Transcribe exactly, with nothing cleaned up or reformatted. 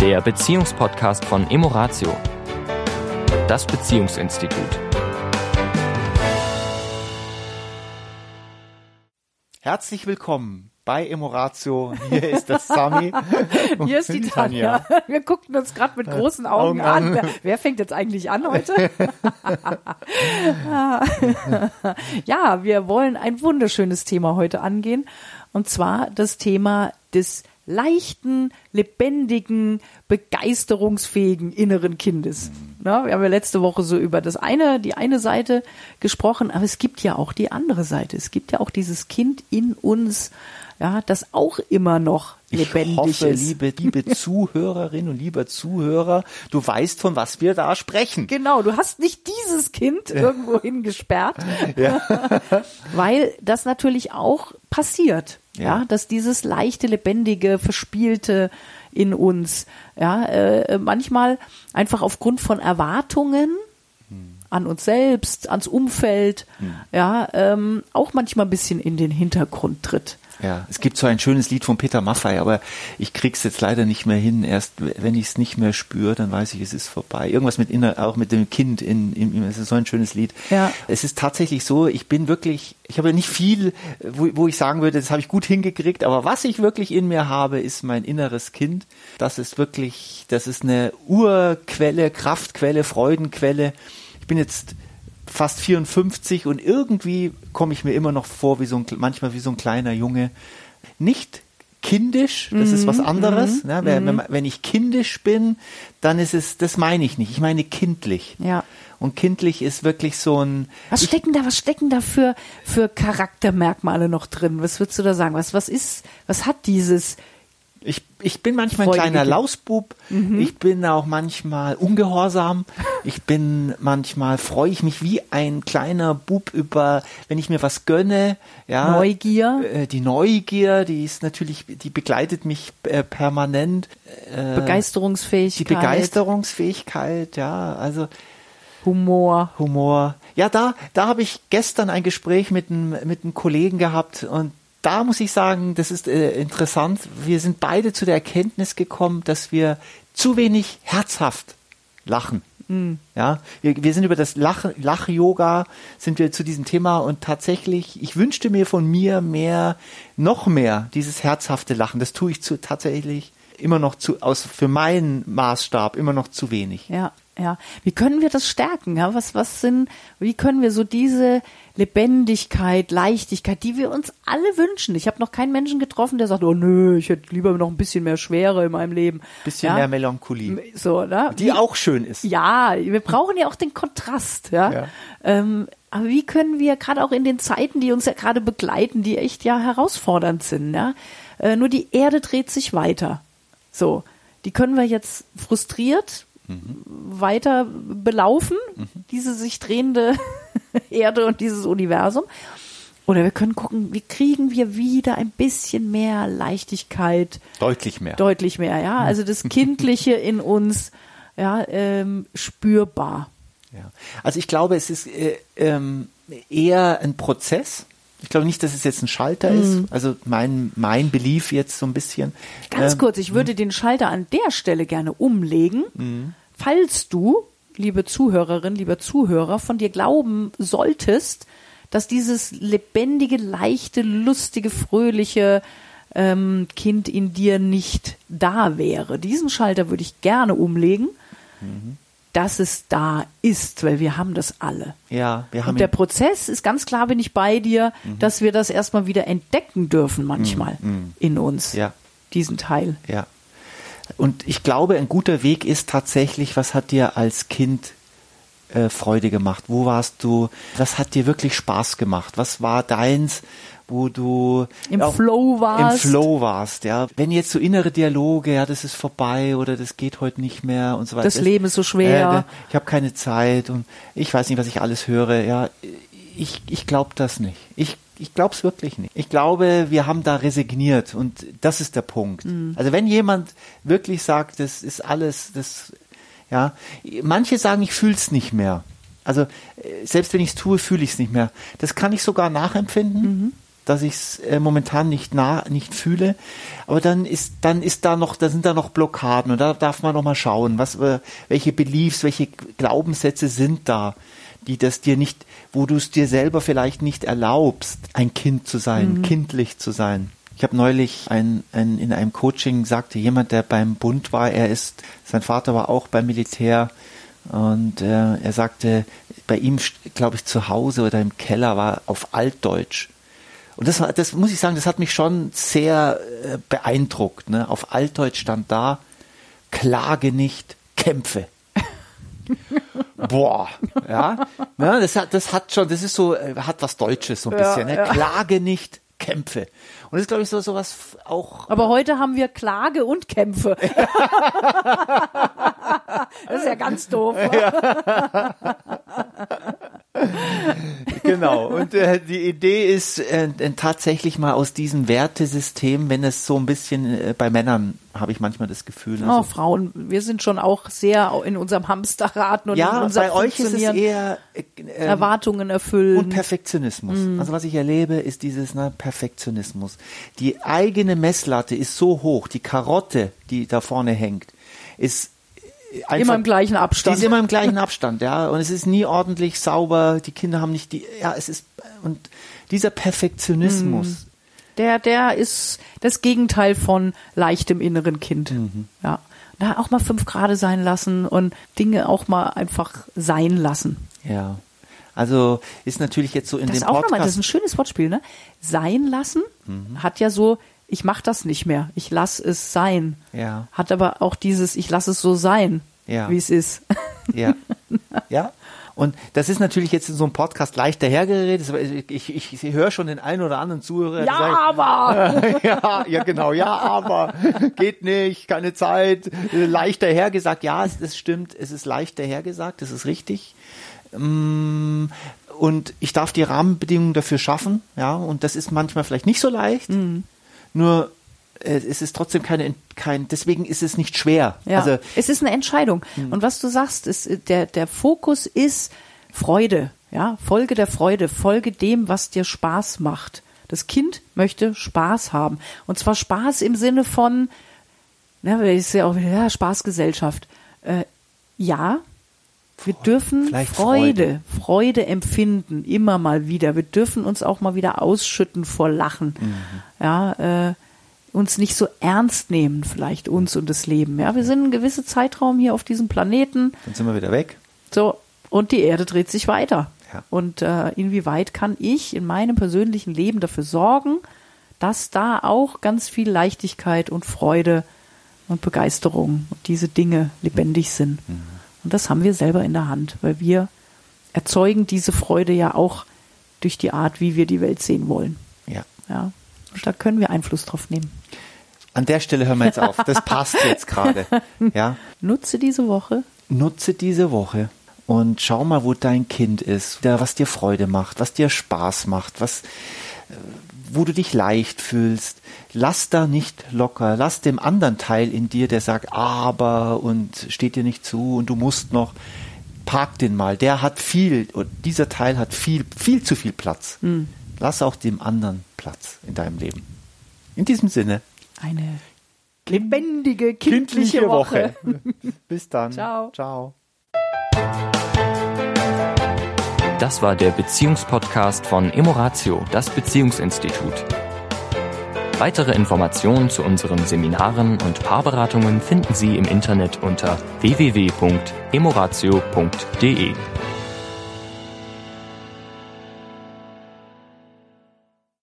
Der Beziehungspodcast von Emoratio, das Beziehungsinstitut. Herzlich willkommen bei Emoratio. Hier ist das Sami. Hier ist die Tanja. Wir guckten uns gerade mit großen Augen, Augen an. Wer, wer fängt jetzt eigentlich an heute? Ja, wir wollen ein wunderschönes Thema heute angehen. Und zwar das Thema des leichten, lebendigen, begeisterungsfähigen inneren Kindes. Na, wir haben ja letzte Woche so über das eine, die eine Seite gesprochen, aber es gibt ja auch die andere Seite. Es gibt ja auch dieses Kind in uns, ja, das auch immer noch lebendig ich hoffe, ist. Liebe, liebe Zuhörerin und lieber Zuhörer, du weißt, von was wir da sprechen. Genau, du hast nicht dieses Kind Ja. irgendwo hingesperrt, Ja. weil das natürlich auch passiert, ja, Ja. dass dieses leichte, lebendige, verspielte in uns, ja, äh, manchmal einfach aufgrund von Erwartungen an uns selbst, ans Umfeld, ja, ähm, auch manchmal ein bisschen in den Hintergrund tritt. Ja, es gibt so ein schönes Lied von Peter Maffay, aber ich krieg's jetzt leider nicht mehr hin. Erst wenn ich es nicht mehr spüre, dann weiß ich, es ist vorbei. Irgendwas mit inner, auch mit dem Kind in, in, es ist so ein schönes Lied. Ja. Es ist tatsächlich so, ich bin wirklich, ich habe ja nicht viel, wo, wo ich sagen würde, das habe ich gut hingekriegt, aber was ich wirklich in mir habe, ist mein inneres Kind. Das ist wirklich, das ist eine Urquelle, Kraftquelle, Freudenquelle. Ich bin jetzt fast vierundfünfzig und irgendwie komme ich mir immer noch vor, wie so ein, manchmal wie so ein kleiner Junge. Nicht kindisch, das ist was anderes. mhm, Ne? Wenn, mhm. wenn, wenn ich kindisch bin, dann ist es, das meine ich nicht. Ich meine kindlich. Ja. Und kindlich ist wirklich so ein... Was ich, stecken da, was stecken da für, für Charaktermerkmale noch drin? Was würdest du da sagen? Was, was ist, was hat dieses? Ich, ich bin manchmal ein Freudige kleiner Kind. Lausbub, Mhm. ich bin auch manchmal ungehorsam, ich bin manchmal, freue ich mich wie ein kleiner Bub über, wenn ich mir was gönne. Ja, Neugier. Äh, die Neugier, die ist natürlich, die begleitet mich äh, permanent. Äh, Begeisterungsfähigkeit. Die Begeisterungsfähigkeit, ja, also Humor. Humor. Ja, da, da habe ich gestern ein Gespräch mit einem, mit einem Kollegen gehabt und da muss ich sagen, das ist äh, interessant. Wir sind beide zu der Erkenntnis gekommen, dass wir zu wenig herzhaft lachen. Mhm. Ja, wir, wir sind über das Lach, Lach-Yoga sind wir zu diesem Thema und tatsächlich, ich wünschte mir von mir mehr, noch mehr dieses herzhafte Lachen. Das tue ich zu, tatsächlich immer noch zu, aus, für meinen Maßstab immer noch zu wenig. Ja, ja. Wie können wir das stärken? Ja, was, was sind, wie können wir so diese Lebendigkeit, Leichtigkeit, die wir uns alle wünschen? Ich habe noch keinen Menschen getroffen, der sagt, oh nö, ich hätte lieber noch ein bisschen mehr Schwere in meinem Leben. Bisschen ja? mehr Melancholie. So, ne? Die auch schön ist. Ja, wir brauchen ja auch den Kontrast, ja. Ja. Ähm, aber wie können wir gerade auch in den Zeiten, die uns ja gerade begleiten, die echt ja herausfordernd sind, ja, äh, nur die Erde dreht sich weiter. So, die können wir jetzt frustriert mhm. weiter belaufen, mhm. diese sich drehende Erde und dieses Universum. Oder wir können gucken, wie kriegen wir wieder ein bisschen mehr Leichtigkeit. Deutlich mehr. Deutlich mehr, ja. Also das Kindliche in uns, ja, ähm, spürbar. Ja. Also ich glaube, es ist äh, ähm, eher ein Prozess. Ich glaube nicht, dass es jetzt ein Schalter Mhm. ist. Also mein, mein Belief jetzt so ein bisschen. Ganz ähm, kurz, ich würde den Schalter an der Stelle gerne umlegen, Mhm. falls du, liebe Zuhörerin, lieber Zuhörer, von dir glauben solltest, dass dieses lebendige, leichte, lustige, fröhliche ähm, Kind in dir nicht da wäre. Diesen Schalter würde ich gerne umlegen, Mhm. dass es da ist, weil wir haben das alle. Ja, wir haben Und der Prozess ist ganz klar, bin ich bei dir, mhm. dass wir das erstmal wieder entdecken dürfen manchmal Mhm. in uns, Ja. diesen Teil. Ja. Und ich glaube, ein guter Weg ist tatsächlich, was hat dir als Kind äh, Freude gemacht? Wo warst du? Was hat dir wirklich Spaß gemacht? Was war deins, wo du Im auch Flow warst. Im Flow warst, ja. Wenn jetzt so innere Dialoge, ja, das ist vorbei oder das geht heute nicht mehr und so weiter. Das Leben ist so schwer. Äh, ich habe keine Zeit und ich weiß nicht, was ich alles höre. Ja, ich, ich glaube das nicht. Ich Ich glaube es wirklich nicht. Ich glaube, wir haben da resigniert und das ist der Punkt. Mhm. Also wenn jemand wirklich sagt, das ist alles, das, ja, manche sagen, ich fühle es nicht mehr. Also selbst wenn ich es tue, fühle ich es nicht mehr. Das kann ich sogar nachempfinden. Mhm. dass ich es äh, momentan nicht nah, nicht fühle. Aber dann ist, dann ist da noch, da sind da noch Blockaden und da darf man noch mal schauen, was, äh, welche Beliefs, welche Glaubenssätze sind da, die das dir nicht, wo du es dir selber vielleicht nicht erlaubst, ein Kind zu sein, mhm. kindlich zu sein. Ich habe neulich ein, ein, in einem Coaching sagte jemand, der beim Bund war, er ist, sein Vater war auch beim Militär und äh, er sagte, bei ihm, glaube ich, zu Hause oder im Keller war auf Altdeutsch. Und das, das muss ich sagen, das hat mich schon sehr äh, beeindruckt. Ne? Auf Altdeutsch stand da, klage nicht, kämpfe. Boah, ja, ja das, hat, das hat schon, das ist so, hat was Deutsches so ein ja, bisschen, ne? Ja. Klage nicht, kämpfe. Und das ist, glaube ich, so sowas auch. Aber heute haben wir Klage und Kämpfe. Das ist ja ganz doof. Ja. Genau. Und äh, die Idee ist äh, tatsächlich mal aus diesem Wertesystem, wenn es so ein bisschen äh, bei Männern, habe ich manchmal das Gefühl. Also, oh, Frauen, wir sind schon auch sehr in unserem Hamsterrad und ja, in unserem bei euch ist es eher äh, äh, Erwartungen erfüllen. Und Perfektionismus. Mm. Also was ich erlebe, ist dieses ne, Perfektionismus. Die eigene Messlatte ist so hoch, die Karotte, die da vorne hängt, ist einfach, immer im gleichen Abstand. Die ist immer im gleichen Abstand, ja. Und es ist nie ordentlich sauber. Die Kinder haben nicht die, ja, es ist, und dieser Perfektionismus. Mm. Der, der ist das Gegenteil von leichtem inneren Kind. Mhm. Ja. Da auch mal fünf Grade sein lassen und Dinge auch mal einfach sein lassen. Ja. Also ist natürlich jetzt so in das dem auch Podcast. Nochmal, das ist ein schönes Wortspiel, ne? Sein lassen mhm. hat ja so, ich mache das nicht mehr, ich lasse es sein. Ja. Hat aber auch dieses, ich lasse es so sein, ja. wie es ist. Ja. Ja. Und das ist natürlich jetzt in so einem Podcast leicht dahergeredet. Ich, ich, ich höre schon den einen oder anderen Zuhörer. Ja, sagen, aber! ja, ja, genau. Ja, aber. Geht nicht, keine Zeit. Leicht dahergesagt. Ja, es, das stimmt. Es ist leicht dahergesagt. Das ist richtig. Und ich darf die Rahmenbedingungen dafür schaffen. Ja, und das ist manchmal vielleicht nicht so leicht. Mhm. Nur es ist trotzdem keine, kein, deswegen ist es nicht schwer. Ja, also, es ist eine Entscheidung. Hm. Und was du sagst, ist, der, der Fokus ist Freude. Ja, Folge der Freude, folge dem, was dir Spaß macht. Das Kind möchte Spaß haben. Und zwar Spaß im Sinne von, na, ist ja auch, ja, Spaßgesellschaft. Äh, ja, wir dürfen Freude, Freude, Freude empfinden, immer mal wieder. Wir dürfen uns auch mal wieder ausschütten vor Lachen. Mhm. Ja, äh, uns nicht so ernst nehmen, vielleicht uns und das Leben. Ja, wir sind einen gewissen Zeitraum hier auf diesem Planeten. Dann sind wir wieder weg. So, und die Erde dreht sich weiter. Ja. Und äh, inwieweit kann ich in meinem persönlichen Leben dafür sorgen, dass da auch ganz viel Leichtigkeit und Freude und Begeisterung und diese Dinge lebendig sind. Mhm. Und das haben wir selber in der Hand, weil wir erzeugen diese Freude ja auch durch die Art, wie wir die Welt sehen wollen. Ja. Ja. Und da können wir Einfluss drauf nehmen. An der Stelle hören wir jetzt auf. Das passt jetzt gerade. Ja. Nutze diese Woche. Nutze diese Woche und schau mal, wo dein Kind ist, was dir Freude macht, was dir Spaß macht, was, wo du dich leicht fühlst. Lass da nicht locker. Lass dem anderen Teil in dir, der sagt, aber und steht dir nicht zu und du musst noch. Park den mal. Der hat viel, und dieser Teil hat viel, viel zu viel Platz. Mhm. Lass auch dem anderen Platz in deinem Leben. In diesem Sinne. Eine lebendige, kindliche, kindliche Woche. Woche. Bis dann. Ciao. Ciao. Das war der Beziehungspodcast von Emoratio, das Beziehungsinstitut. Weitere Informationen zu unseren Seminaren und Paarberatungen finden Sie im Internet unter w w w punkt emoratio punkt d e.